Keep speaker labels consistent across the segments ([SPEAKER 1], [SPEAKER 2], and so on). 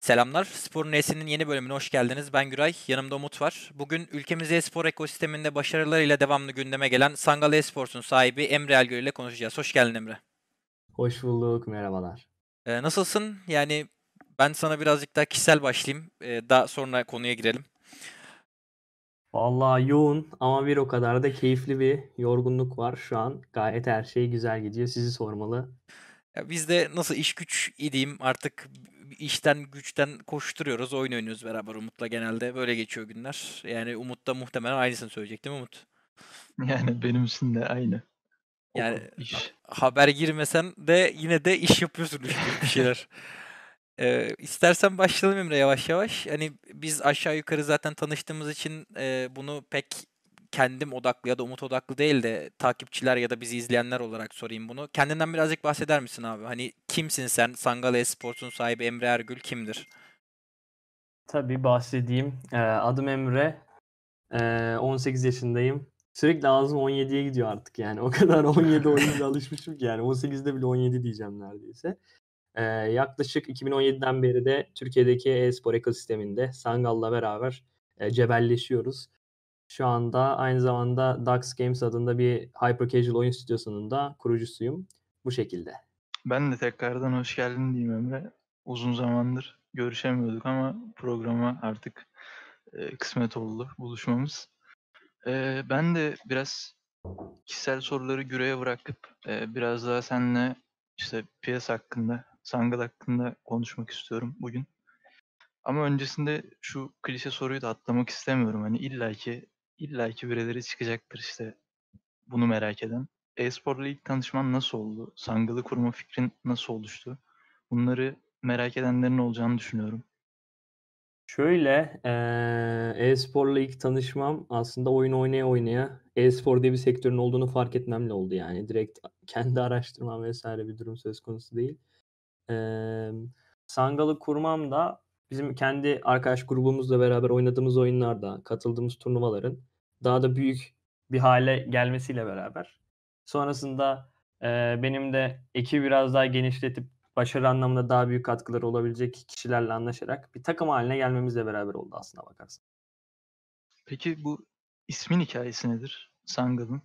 [SPEAKER 1] Selamlar. Sporun N'sinin yeni bölümüne hoş geldiniz. Ben Güray, yanımda Umut var. Bugün ülkemiz e-spor ekosisteminde başarılarıyla devamlı gündeme gelen Sangal Esports'un sahibi Emre Elgür ile konuşacağız. Hoş geldin Emre.
[SPEAKER 2] Hoş bulduk, merhabalar.
[SPEAKER 1] Nasılsın? Yani ben sana birazcık daha kişisel başlayayım. Daha sonra konuya girelim.
[SPEAKER 2] Vallahi yoğun ama bir o kadar da keyifli bir yorgunluk var şu an. Gayet her şey güzel gidiyor. Sizi sormalı.
[SPEAKER 1] Ya biz de nasıl iş güç ideyim artık işten güçten koşturuyoruz, oyun oynuyoruz beraber Umut'la genelde. Böyle geçiyor günler. Yani Umut da muhtemelen aynısını söyleyecek değil mi Umut?
[SPEAKER 3] Yani benim için de aynı.
[SPEAKER 1] Yani
[SPEAKER 3] Okul, iş.
[SPEAKER 1] haber girmesen de yine de iş yapıyorsun 3 kuruş bir şeyler. İstersen başlayalım Emre yavaş yavaş. Hani biz aşağı yukarı zaten tanıştığımız için bunu pek kendim odaklı ya da Umut odaklı değil de takipçiler ya da bizi izleyenler olarak sorayım bunu. Kendinden birazcık bahseder misin abi? Hani kimsin sen? Sangal Esports'un sahibi Emre Ergül kimdir?
[SPEAKER 2] Tabii bahsedeyim. Adım Emre. 18 yaşındayım. Sürekli ağzım 17'ye gidiyor artık yani. O kadar 17-17'de alışmışım ki yani. 18'de bile 17 diyeceğim neredeyse. Yaklaşık 2017'den beri de Türkiye'deki e-spor ekosisteminde Sangal'la beraber cebelleşiyoruz. Şu anda aynı zamanda Dux Games adında bir hyper casual oyun stüdyosunun da kurucusuyum. Bu şekilde.
[SPEAKER 3] Ben de tekrardan hoş geldin diyeyim Emre. Uzun zamandır görüşemiyorduk ama programa artık kısmet oldu buluşmamız. Ben de biraz kişisel soruları Güray'a bırakıp biraz daha seninle işte piyasa hakkında, Sangal hakkında konuşmak istiyorum bugün. Ama öncesinde şu klişe soruyu da atlamak istemiyorum. Hani illaki birileri çıkacaktır işte bunu merak eden. E-sporla ilk tanışman nasıl oldu? Sangal'ı kurma fikrin nasıl oluştu? Bunları merak edenlerin olacağını düşünüyorum.
[SPEAKER 2] Şöyle, e-sporla ilk tanışmam aslında oyun oynaya oynaya e-spor diye bir sektörün olduğunu fark etmemle oldu yani. Direkt kendi araştırmam vs. bir durum söz konusu değil. Sangal'ı kurmam da bizim kendi arkadaş grubumuzla beraber oynadığımız oyunlarda, katıldığımız turnuvaların daha da büyük bir hale gelmesiyle beraber. Sonrasında, benim de ekibi biraz daha genişletip başarı anlamında daha büyük katkıları olabilecek kişilerle anlaşarak bir takım haline gelmemizle beraber oldu aslına bakarsan.
[SPEAKER 3] Peki bu ismin hikâyesi nedir Sangal'ın?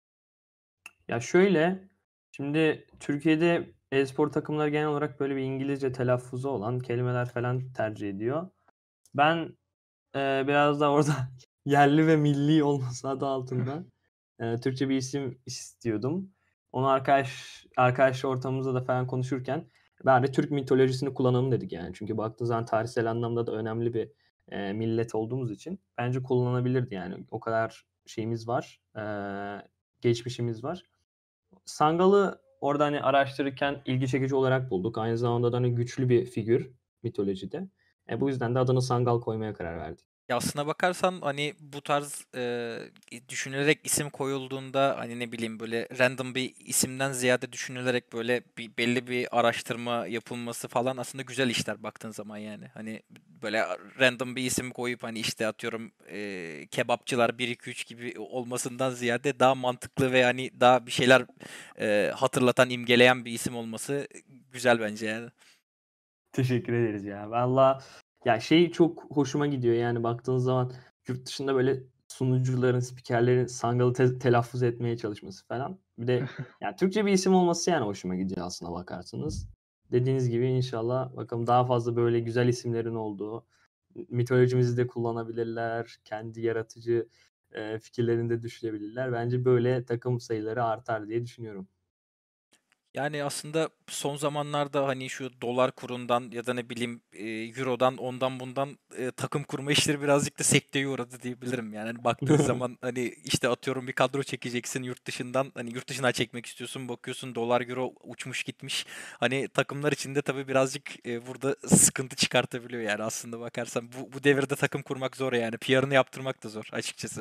[SPEAKER 2] Ya şöyle, şimdi Türkiye'de e-spor takımları genel olarak böyle bir İngilizce telaffuzu olan kelimeler falan tercih ediyor. Ben, biraz da orada yerli ve milli olması adı altında, Türkçe bir isim istiyordum. Onu arkadaş ortamımızda da falan konuşurken ben de Türk mitolojisini kullanalım dedik yani. Çünkü baktığın zaman tarihsel anlamda da önemli bir, millet olduğumuz için bence kullanılabilirdi yani. O kadar şeyimiz var, geçmişimiz var. Sangal'ı orada, hani, araştırırken ilgi çekici olarak bulduk. Aynı zamanda da, hani, güçlü bir figür mitolojide. Bu yüzden de adını Sangal koymaya karar verdik.
[SPEAKER 1] Ya, aslına bakarsan, hani, bu tarz, düşünülerek isim koyulduğunda, hani, ne bileyim, böyle, random bir isimden ziyade düşünülerek, böyle, belli bir araştırma yapılması falan aslında güzel işler baktığın zaman, yani. Hani, böyle, random bir isim koyup, hani, işte, atıyorum, kebapçılar 1-2-3 gibi olmasından ziyade daha mantıklı ve, hani, daha bir şeyler, hatırlatan, imgeleyen bir isim olması güzel bence, yani.
[SPEAKER 2] Teşekkür ederiz ya. Valla ya, şey çok hoşuma gidiyor, yani, baktığın zaman yurt dışında, böyle, sunucuların, spikerlerin Sangal'ı telaffuz etmeye çalışması falan. Bir de ya, Türkçe bir isim olması, yani, hoşuma gidiyor aslına bakarsanız. Dediğiniz gibi inşallah bakalım daha fazla böyle güzel isimlerin olduğu, mitolojimizi de kullanabilirler, kendi yaratıcı, fikirlerini de düşünebilirler. Bence böyle takım sayıları artar diye düşünüyorum.
[SPEAKER 1] Yani, aslında son zamanlarda, hani, şu dolar kurundan ya da ne bileyim, eurodan, ondan bundan, takım kurma işleri birazcık da sekteye uğradı diyebilirim. Yani, hani, baktığın zaman, hani, işte, atıyorum bir kadro çekeceksin yurt dışından, hani, yurt dışına çekmek istiyorsun, bakıyorsun dolar, euro uçmuş gitmiş. Hani, takımlar için de tabii birazcık, burada sıkıntı çıkartabiliyor, yani, aslında bakarsan. Bu devirde takım kurmak zor, yani. PR'ını yaptırmak da zor açıkçası.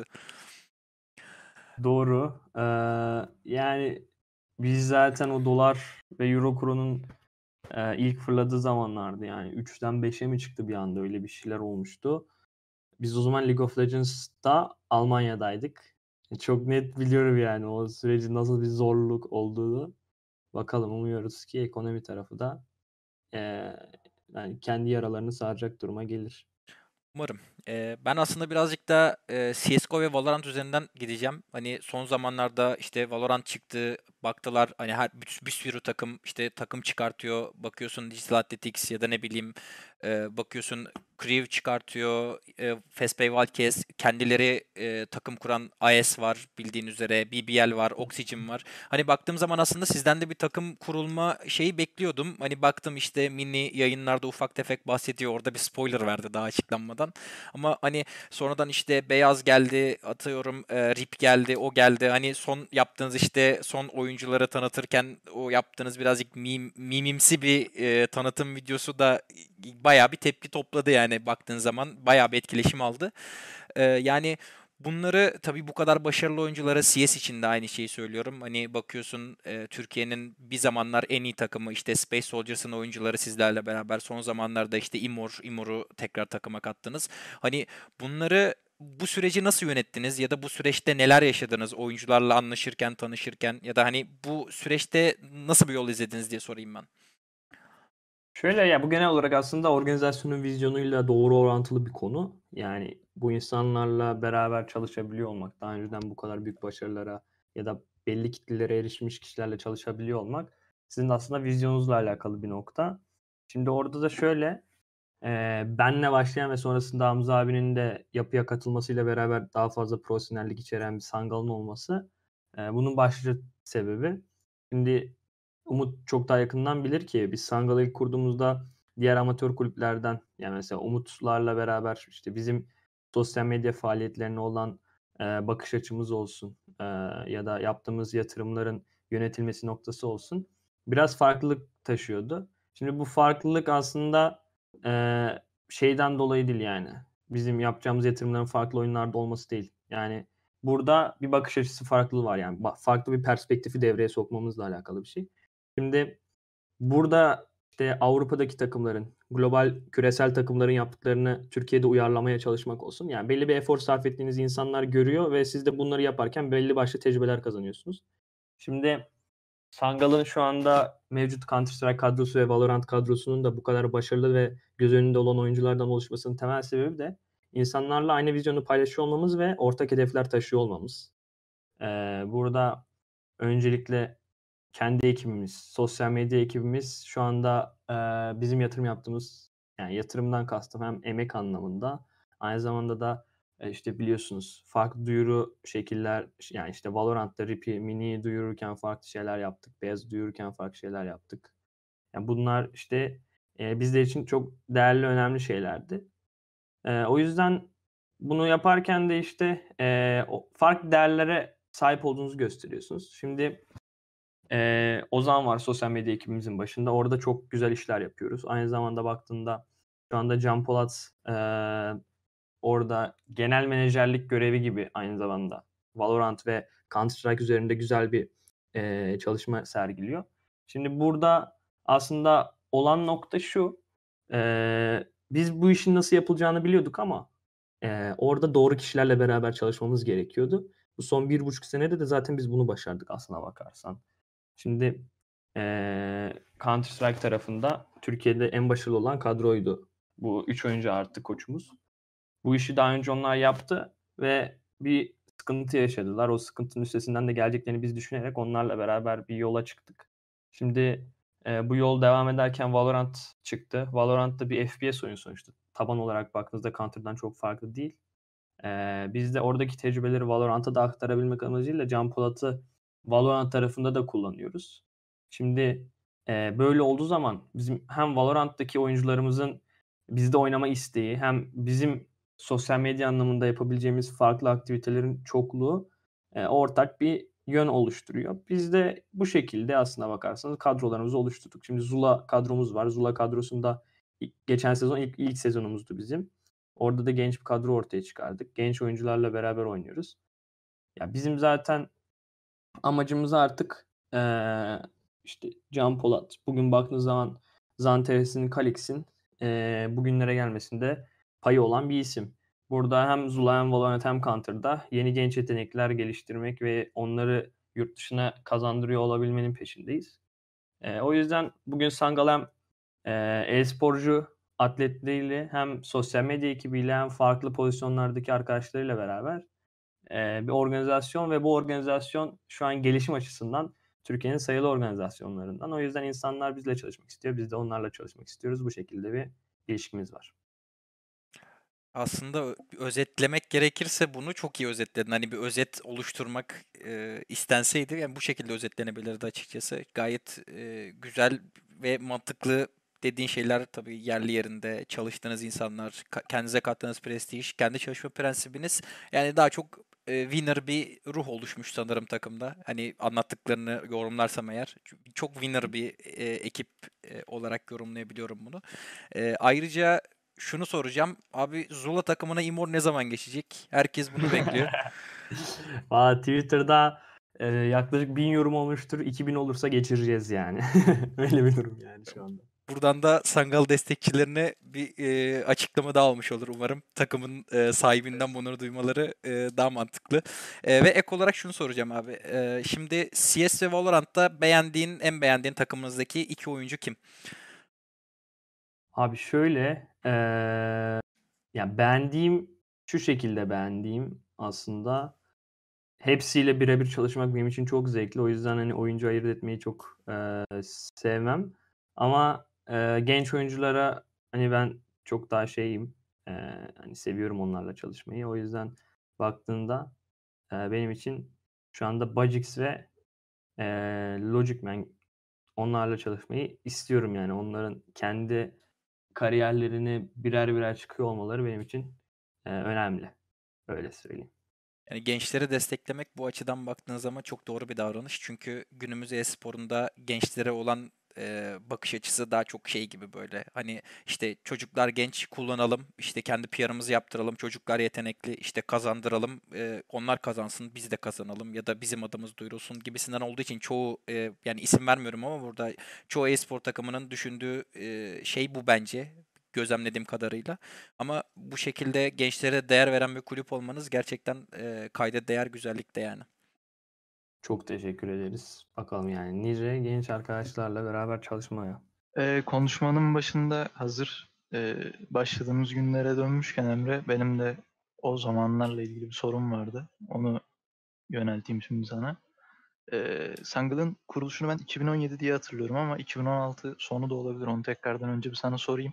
[SPEAKER 2] Doğru. Yani, biz zaten o dolar ve euro kurunun, ilk fırladığı zamanlardı, yani 3'ten 5'e mi çıktı bir anda, öyle bir şeyler olmuştu. Biz o zaman League of Legends'ta Almanya'daydık. Çok net biliyorum yani o sürecin nasıl bir zorluk olduğunu. Bakalım umuyoruz ki ekonomi tarafı da, eee, yani kendi yaralarını saracak duruma gelir.
[SPEAKER 1] Umarım. Ben aslında birazcık da CS:GO ve Valorant üzerinden gideceğim. Hani son zamanlarda işte Valorant çıktı, baktılar hani bir sürü takım işte takım çıkartıyor. Bakıyorsun Digital Athletics ya da ne bileyim bakıyorsun Crew çıkartıyor, Fastpay Wildcats, kendileri takım kuran IS var bildiğin üzere, BBL var, Oxygen var. Hani baktığım zaman aslında sizden de bir takım kurulma şeyi bekliyordum. Hani baktım işte mini yayınlarda ufak tefek bahsediyor. Orada bir spoiler verdi daha açıklanmadan. Ama hani sonradan işte Beyaz geldi, atıyorum Rip geldi, o geldi. Hani son yaptığınız işte son oyuncuları tanıtırken o yaptığınız birazcık mimimsi bir tanıtım videosu da bayağı bir tepki topladı yani baktığın zaman bayağı bir etkileşim aldı. Yani bunları tabii bu kadar başarılı oyunculara CS için de aynı şeyi söylüyorum. Hani bakıyorsun Türkiye'nin bir zamanlar en iyi takımı işte Space Soldiers'ın oyuncuları sizlerle beraber son zamanlarda işte Imor'u tekrar takıma kattınız. Hani bunları bu süreci nasıl yönettiniz ya da bu süreçte neler yaşadınız oyuncularla anlaşırken, tanışırken ya da hani bu süreçte nasıl bir yol izlediniz diye sorayım ben.
[SPEAKER 2] Şöyle ya bu genel olarak aslında organizasyonun vizyonuyla doğru orantılı bir konu. Yani bu insanlarla beraber çalışabiliyor olmak, daha önceden bu kadar büyük başarılara ya da belli kitlelere erişmiş kişilerle çalışabiliyor olmak sizin aslında vizyonunuzla alakalı bir nokta. Şimdi orada da şöyle benle başlayan ve sonrasında Hamza abinin de yapıya katılmasıyla beraber daha fazla profesyonellik içeren bir Sangal'ın olması bunun başlıca sebebi. Şimdi Umut çok daha yakından bilir ki biz Sangal'ı ilk kurduğumuzda diğer amatör kulüplerden yani mesela Umutlarla beraber işte bizim sosyal medya faaliyetlerine olan bakış açımız olsun ya da yaptığımız yatırımların yönetilmesi noktası olsun biraz farklılık taşıyordu. Şimdi bu farklılık aslında şeyden dolayı değil yani. Bizim yapacağımız yatırımların farklı oyunlarda olması değil. Yani burada bir bakış açısı farklılığı var yani. Farklı bir perspektifi devreye sokmamızla alakalı bir şey. Şimdi burada işte Avrupa'daki takımların, global küresel takımların yaptıklarını Türkiye'de uyarlamaya çalışmak olsun. Yani belli bir efor sarf ettiğiniz insanlar görüyor ve siz de bunları yaparken belli başlı tecrübeler kazanıyorsunuz. Şimdi Sangal'ın şu anda mevcut Counter Strike kadrosu ve Valorant kadrosunun da bu kadar başarılı ve göz önünde olan oyunculardan oluşmasının temel sebebi de insanlarla aynı vizyonu paylaşıyor olmamız ve ortak hedefler taşıyor olmamız. Burada öncelikle kendi ekibimiz, sosyal medya ekibimiz şu anda bizim yatırım yaptığımız, yani yatırımdan kastım hem emek anlamında aynı zamanda da işte biliyorsunuz farklı duyuru şekiller yani işte Valorant'ta Rip'i, Mini'yi duyururken farklı şeyler yaptık. Beyaz'ı duyururken farklı şeyler yaptık. Yani bunlar işte bizler için çok değerli, önemli şeylerdi. O yüzden bunu yaparken de işte o farklı değerlere sahip olduğunuzu gösteriyorsunuz. Şimdi Ozan var sosyal medya ekibimizin başında. Orada çok güzel işler yapıyoruz. Aynı zamanda baktığında şu anda Can Polat orada genel menajerlik görevi gibi aynı zamanda Valorant ve Counter Strike üzerinde güzel bir çalışma sergiliyor. Şimdi burada aslında olan nokta şu. Biz bu işin nasıl yapılacağını biliyorduk ama orada doğru kişilerle beraber çalışmamız gerekiyordu. Bu son 1,5 senede de zaten biz bunu başardık aslına bakarsan. Şimdi Counter Strike tarafında Türkiye'de en başarılı olan kadroydu. Bu 3 oyuncu artı koçumuz. Bu işi daha önce onlar yaptı ve bir sıkıntı yaşadılar. O sıkıntının üstesinden de geleceklerini biz düşünerek onlarla beraber bir yola çıktık. Şimdi bu yol devam ederken Valorant çıktı. Valorant da bir FPS oyunu sonuçta. Taban olarak baktığınızda Counter'dan çok farklı değil. Biz de oradaki tecrübeleri Valorant'a da aktarabilmek amacıyla Can Polat'ı Valorant tarafında da kullanıyoruz. Şimdi böyle olduğu zaman bizim hem Valorant'taki oyuncularımızın bizde oynama isteği hem bizim sosyal medya anlamında yapabileceğimiz farklı aktivitelerin çokluğu ortak bir yön oluşturuyor. Biz de bu şekilde aslına bakarsanız kadrolarımızı oluşturduk. Şimdi Zula kadromuz var. Zula kadrosunda geçen sezon ilk sezonumuzdu bizim. Orada da genç bir kadro ortaya çıkardık. Genç oyuncularla beraber oynuyoruz. Ya bizim zaten amacımız artık işte Can Polat. Bugün baktığınız zaman Zanteres'in, Kalix'in bugünlere gelmesinde payı olan bir isim. Burada hem Zula hem Valorant hem Counter'da yeni genç yetenekler geliştirmek ve onları yurt dışına kazandırıyor olabilmenin peşindeyiz. O yüzden bugün Sangal hem e-sporcu atletleriyle hem sosyal medya ekibiyle hem farklı pozisyonlardaki arkadaşlarıyla beraber bir organizasyon ve bu organizasyon şu an gelişim açısından Türkiye'nin sayılı organizasyonlarından. O yüzden insanlar bizle çalışmak istiyor. Biz de onlarla çalışmak istiyoruz. Bu şekilde bir ilişkimiz var.
[SPEAKER 1] Aslında özetlemek gerekirse bunu çok iyi özetledin. Hani bir özet oluşturmak istenseydi yani bu şekilde özetlenebilirdi açıkçası. Gayet güzel ve mantıklı dediğin şeyler tabii yerli yerinde. Çalıştığınız insanlar, kendinize kattığınız prestij, kendi çalışma prensibiniz. Yani daha çok winner bir ruh oluşmuş sanırım takımda. Hani anlattıklarını yorumlarsam eğer. Çok winner bir ekip olarak yorumlayabiliyorum bunu. Ayrıca şunu soracağım. Abi Zula takımına Immor ne zaman geçecek? Herkes bunu bekliyor.
[SPEAKER 2] Valla Twitter'da yaklaşık 1000 yorum olmuştur. 2000 olursa geçireceğiz yani. Öyle bir durum yani şu anda.
[SPEAKER 1] Buradan da Sangal destekçilerine bir açıklama daha olmuş olur umarım. Takımın sahibinden bunları duymaları daha mantıklı. Ve ek olarak şunu soracağım abi. Şimdi CS ve Valorant'ta en beğendiğin takımınızdaki iki oyuncu kim?
[SPEAKER 2] Abi şöyle ya şu şekilde beğendiğim aslında hepsiyle birebir çalışmak benim için çok zevkli. O yüzden hani oyuncu ayırt etmeyi çok sevmem. Ama genç oyunculara hani ben çok daha hani seviyorum onlarla çalışmayı. O yüzden baktığında benim için şu anda Bajix ve Logic Man onlarla çalışmayı istiyorum yani. Onların kendi kariyerlerini birer birer çıkıyor olmaları benim için önemli. Öyle söyleyeyim.
[SPEAKER 1] Yani gençleri desteklemek bu açıdan baktığın zaman çok doğru bir davranış. Çünkü günümüz e-sporunda gençlere olan bakış açısı daha çok şey gibi böyle. Hani işte çocuklar genç kullanalım, işte kendi PR'ımızı yaptıralım, çocuklar yetenekli, işte kazandıralım, onlar kazansın, biz de kazanalım ya da bizim adımız duyurulsun gibisinden olduğu için çoğu yani isim vermiyorum ama burada çoğu e-spor takımının düşündüğü şey bu bence gözlemlediğim kadarıyla. Ama bu şekilde gençlere değer veren bir kulüp olmanız gerçekten kayda değer güzellikte yani.
[SPEAKER 2] Çok teşekkür ederiz. Bakalım yani nice genç arkadaşlarla beraber çalışmaya.
[SPEAKER 3] Konuşmanın başında hazır başladığımız günlere dönmüşken Emre, benim de o zamanlarla ilgili bir sorum vardı. Onu yönelteyim şimdi sana. Sangıl'ın kuruluşunu ben 2017 diye hatırlıyorum ama 2016 sonu da olabilir. Onu tekrardan önce bir sana sorayım.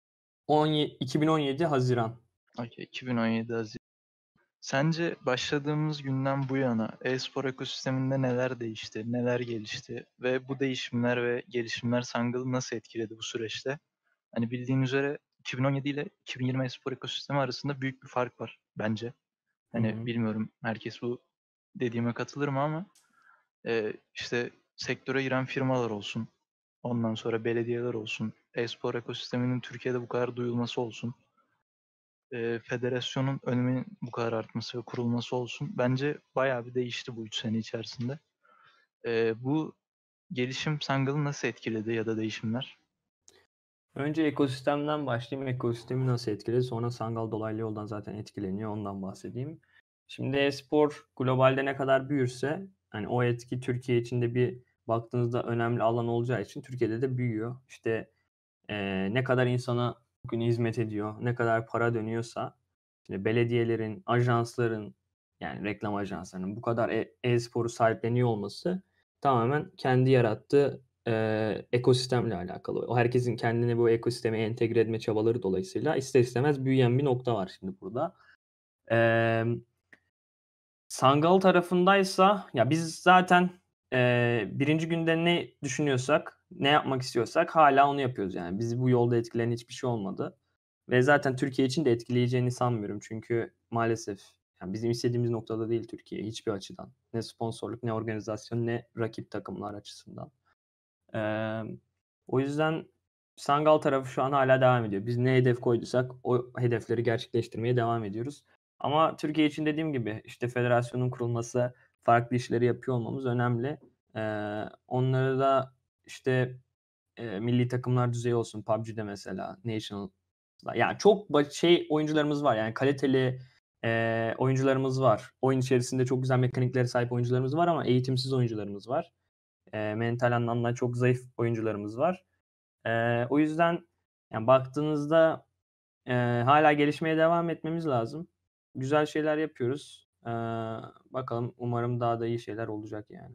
[SPEAKER 2] 2017 Haziran.
[SPEAKER 3] Okey, 2017 Haziran. Sence başladığımız günden bu yana e-spor ekosisteminde neler değişti, neler gelişti ve bu değişimler ve gelişimler Sangıl'ı nasıl etkiledi bu süreçte? Hani bildiğin üzere 2017 ile 2020 e-spor ekosistemi arasında büyük bir fark var bence.
[SPEAKER 2] Hı
[SPEAKER 3] Hani
[SPEAKER 2] hı.
[SPEAKER 3] bilmiyorum herkes bu dediğime katılır mı ama işte sektöre giren firmalar olsun, ondan sonra belediyeler olsun, e-spor ekosisteminin Türkiye'de bu kadar duyulması olsun, federasyonun öneminin bu kadar artması ve kurulması olsun. Bence bayağı bir değişti bu 3 sene içerisinde. Bu gelişim Sangıl'ı nasıl etkiledi ya da değişimler?
[SPEAKER 2] Önce ekosistemden başlayayım. Ekosistemi nasıl etkiledi? Sonra Sangal dolaylı yoldan zaten etkileniyor. Ondan bahsedeyim. Şimdi e-spor globalde ne kadar büyürse hani o etki Türkiye içinde bir baktığınızda önemli alan olacağı için Türkiye'de de büyüyor. İşte ne kadar insana bugün hizmet ediyor, ne kadar para dönüyorsa şimdi belediyelerin, ajansların yani reklam ajanslarının bu kadar e-sporu sahipleniyor olması tamamen kendi yarattığı ekosistemle alakalı. O herkesin kendini bu ekosisteme entegre etme çabaları dolayısıyla ister istemez büyüyen bir nokta var şimdi burada. Emm Sangal tarafındaysa ya biz zaten, 1. günde ne düşünüyorsak, ne yapmak istiyorsak hâlâ onu yapıyoruz yani. Bizi bu yolda etkileyen hiçbir şey olmadı ve zaten Türkiye için de etkileyeceğini sanmıyorum. Çünkü maalesef yani bizim istediğimiz noktada değil Türkiye hiçbir açıdan. Ne sponsorluk, ne organizasyon, ne rakip takımlar açısından. Emm, O yüzden Sangal tarafı şu an hâlâ devam ediyor. Biz ne hedef koyduysak o hedefleri gerçekleştirmeye devam ediyoruz. Ama Türkiye için dediğim gibi, işte, federasyonun kurulması, farklı işleri yapıyor olmamız önemli. Onları da, işte, millî takımlar düzeyi olsun, PUBG'de mesela, National'da yani çok oyuncularımız var, yani kaliteli, oyuncularımız var. Oyun içerisinde çok güzel mekaniklere sahip oyuncularımız var ama eğitimsiz oyuncularımız var. Mental anlamda çok zayıf oyuncularımız var. O yüzden Yani baktığınızda hala gelişmeye devam etmemiz lazım. Güzel şeyler yapıyoruz. Bakalım umarım daha da iyi şeyler olacak yani.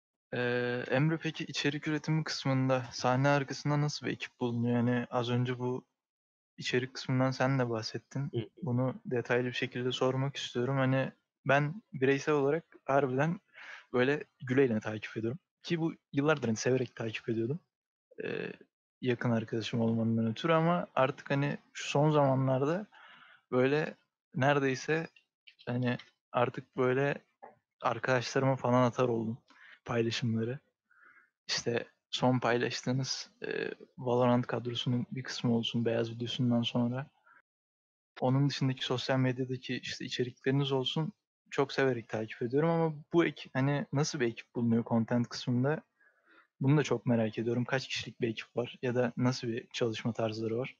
[SPEAKER 3] Emre peki içerik üretimi kısmında sahne arkasında nasıl bir ekip bulunuyor? Yani az önce bu içerik kısmından sen de bahsettin.
[SPEAKER 2] Hı.
[SPEAKER 3] Bunu detaylı bir şekilde sormak istiyorum. Hani ben bireysel olarak harbiden böyle güleyle takip ediyorum. Ki bu yıllardır hani severek takip ediyordum. Eee, yakın arkadaşım olmanından ötürü ama artık hani şu son zamanlarda böyle neredeyse hani artık böyle arkadaşlarıma falan atar oldum paylaşımları. İşte son paylaştığınız Valorant kadrosunun bir kısmı olsun beyaz videosundan sonra. Onun dışındaki sosyal medyadaki işte içerikleriniz olsun çok severek takip ediyorum ama bu hani nasıl bir ekip bulunuyor content kısmında? Bunu da çok merak ediyorum. Kaç kişilik bir ekip var ya da nasıl bir çalışma tarzları var?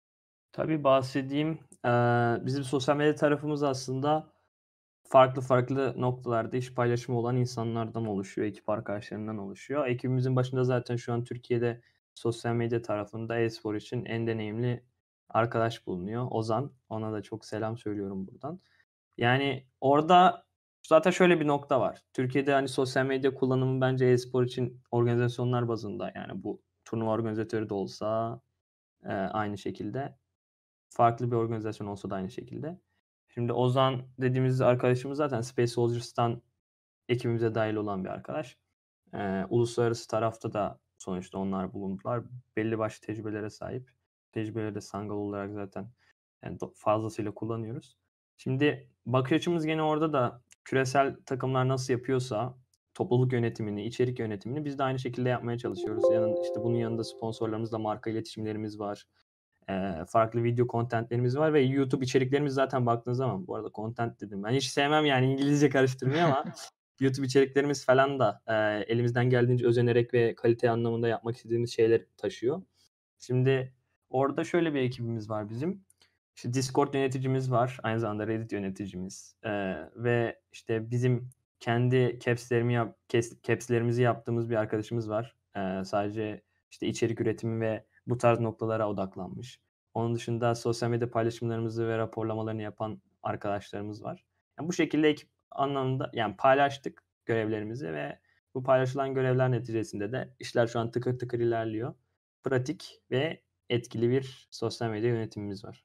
[SPEAKER 2] Tabii bahsedeyim. Bizim sosyal medya tarafımız aslında farklı farklı noktalarda iş paylaşımı olan insanlardan oluşuyor, ekip arkadaşlarından oluşuyor. Ekibimizin başında zaten şu an Türkiye'de sosyal medya tarafında e-spor için en deneyimli arkadaş bulunuyor. Ozan. Ona da çok selam söylüyorum buradan. Yani orada zaten şöyle bir nokta var. Türkiye'de, hani, sosyal medya kullanımı bence e-spor için organizasyonlar bazında, yani, bu turnuva organizatörü de olsa, aynı şekilde, farklı bir organizasyon olsa da aynı şekilde. Şimdi Ozan dediğimiz arkadaşımız zaten Space Soldiers'tan ekibimize dâhil olan bir arkadaş. Uluslararası tarafta da sonuçta onlar bulundular. Belli başlı tecrübelere sahip. Tecrübeleri de Sangal olarak zaten, yani, fazlasıyla kullanıyoruz. Şimdi bakış açımız gene orada da küresel takımlar nasıl yapıyorsa topluluk yönetimini, içerik yönetimini biz de aynı şekilde yapmaya çalışıyoruz. İşte, bunun yanında sponsorlarımızla marka iletişimlerimiz var. Farklı video content'lerimiz var ve YouTube içeriklerimiz zaten baktığınız zaman bu arada content dedim. Ben hiç sevmem yani İngilizce karıştırmayı ama YouTube içeriklerimiz falan da, elimizden geldiğince özenerek ve kalite anlamında yapmak istediğimiz şeyler taşıyor. Şimdi orada şöyle bir ekibimiz var bizim. İşte Discord yöneticimiz var, aynı zamanda Reddit yöneticimiz, ve işte bizim kendi caps'lerimizi yaptığımız bir arkadaşımız var. Sadece işte içerik üretimi ve bu tarz noktalara odaklanmış. Onun dışında sosyal medya paylaşımlarımızı ve raporlamalarını yapan arkadaşlarımız var. Yani bu şekilde ekip anlamında yani paylaştık görevlerimizi ve bu paylaşılan görevler neticesinde de işler şu an tıkır tıkır ilerliyor. Pratik ve etkili bir sosyal medya yönetimimiz var.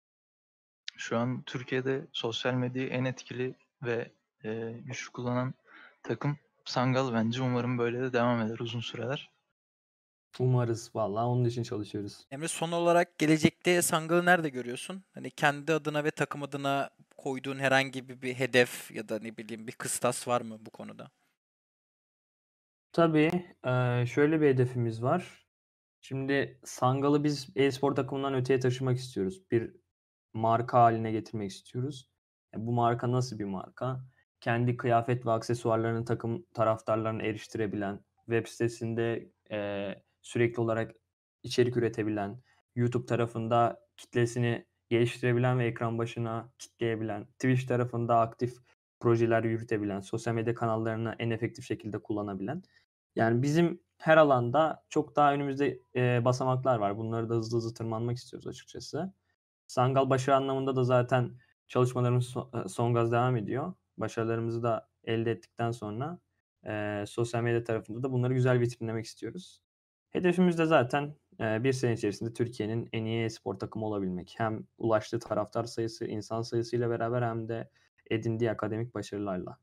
[SPEAKER 3] Şu an Türkiye'de sosyal medyayı en etkili ve güçlü kullanan takım Sangal bence. Umarım böyle de devam eder uzun süreler.
[SPEAKER 2] Umarız vallahi onun için çalışıyoruz.
[SPEAKER 1] Emre, son olarak gelecekte Sangal'ı nerede görüyorsun? Hani kendi adına ve takım adına koyduğun herhangi bir hedef ya da ne bileyim bir kıstas var mı bu konuda?
[SPEAKER 2] Tabii, şöyle bir hedefimiz var. Şimdi Sangal'ı biz e-spor takımından öteye taşımak istiyoruz. Bir marka haline getirmek istiyoruz. Bu marka nasıl bir marka? Kendi kıyafet ve aksesuarlarını takım taraftarlarına eriştirebilen, web sitesinde, sürekli olarak içerik üretebilen, YouTube tarafında kitlesini geliştirebilen ve ekran başına kitleyebilen, Twitch tarafında aktif projeler yürütebilen, sosyal medya kanallarını en efektif şekilde kullanabilen. Yani bizim her alanda çok daha önümüzde, basamaklar var. Bunları da hızlı hızlı tırmanmak istiyoruz açıkçası. Sangal başarı anlamında da zaten çalışmalarımız son gaz devam ediyor. Başarılarımızı da elde ettikten sonra, sosyal medya tarafında da bunları güzel vitrinlemek istiyoruz. Hedefimiz de zaten, 1 sene içerisinde Türkiye'nin en iyi e-spor takımı olabilmek. Hem ulaştığı taraftar sayısı, insan sayısıyla beraber hem de edindiği akademik başarılarla.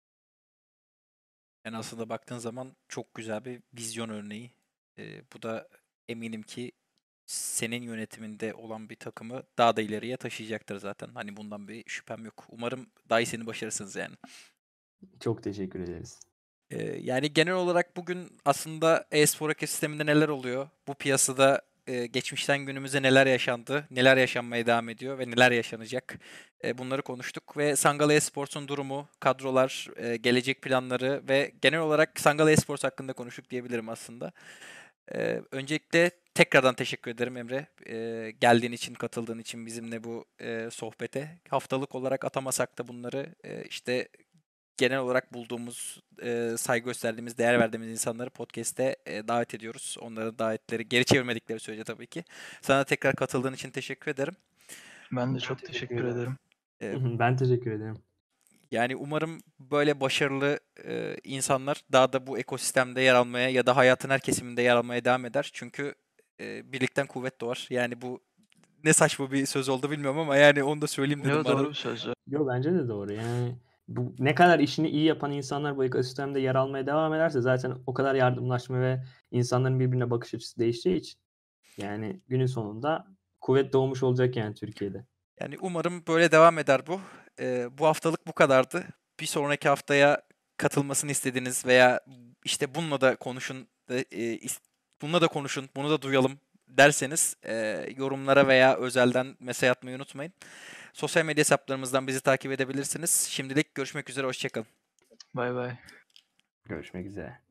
[SPEAKER 1] Yani aslında baktığın zaman çok güzel bir vizyon örneği. Bu da eminim ki senin yönetiminde olan bir takımı daha da ileriye taşıyacaktır zaten. Hani bundan bir şüphem yok. Umarım daha iyisini başarırsınız yani.
[SPEAKER 2] Çok teşekkür ederiz.
[SPEAKER 1] Yani genel olarak bugün aslında e-spor ekosisteminde neler oluyor? Bu piyasada geçmişten günümüze neler yaşandı, neler yaşanmaya devam ediyor ve neler yaşanacak? Bunları konuştuk ve Sangal Esports'un durumu, kadrolar, gelecek planları ve genel olarak Sangal Esports hakkında konuştuk diyebilirim aslında. Öncelikle tekrardan teşekkür ederim Emre. Geldiğin için, katıldığın için bizimle bu sohbete. Haftalık olarak atamasak da bunları işte genel olarak bulduğumuz, saygı gösterdiğimiz, değer verdiğimiz insanları podcast'e davet ediyoruz. Onların davetleri geri çevirmedikleri sürece tabii ki. Sana tekrar katıldığın için teşekkür ederim.
[SPEAKER 3] Ben de
[SPEAKER 2] Ben
[SPEAKER 3] çok
[SPEAKER 2] teşekkür
[SPEAKER 3] teşekkür
[SPEAKER 2] ederim.
[SPEAKER 3] ederim.
[SPEAKER 2] Ben teşekkür ederim.
[SPEAKER 1] Yani umarım böyle başarılı insanlar daha da bu ekosistemde yer almaya ya da hayatın her kesiminde yer almaya devam eder. Çünkü birlikten kuvvet doğar. Yani bu ne saçma bir söz oldu bilmiyorum ama yani onu da söyleyeyim dedim.
[SPEAKER 3] Yo, doğru bir söz.
[SPEAKER 2] Yo, bence de doğru. Yani bu ne kadar işini iyi yapan insanlar bu ekosistemde yer almaya devam ederse zaten o kadar yardımlaşma ve insanların birbirine bakış açısı değişeceği için yani günün sonunda kuvvet doğmuş olacak yani Türkiye'de.
[SPEAKER 1] Yani umarım böyle devam eder bu. Bu haftalık bu kadardı. Bir sonraki haftaya katılmasını istediğiniz veya işte bununla da konuşun, bununla da konuşun, bunu da duyalım derseniz yorumlara veya özelden mesaj atmayı unutmayın. Sosyal medya hesaplarımızdan bizi takip edebilirsiniz. Şimdilik görüşmek üzere, hoşça kalın.
[SPEAKER 3] Bay bay.
[SPEAKER 2] Görüşmek üzere.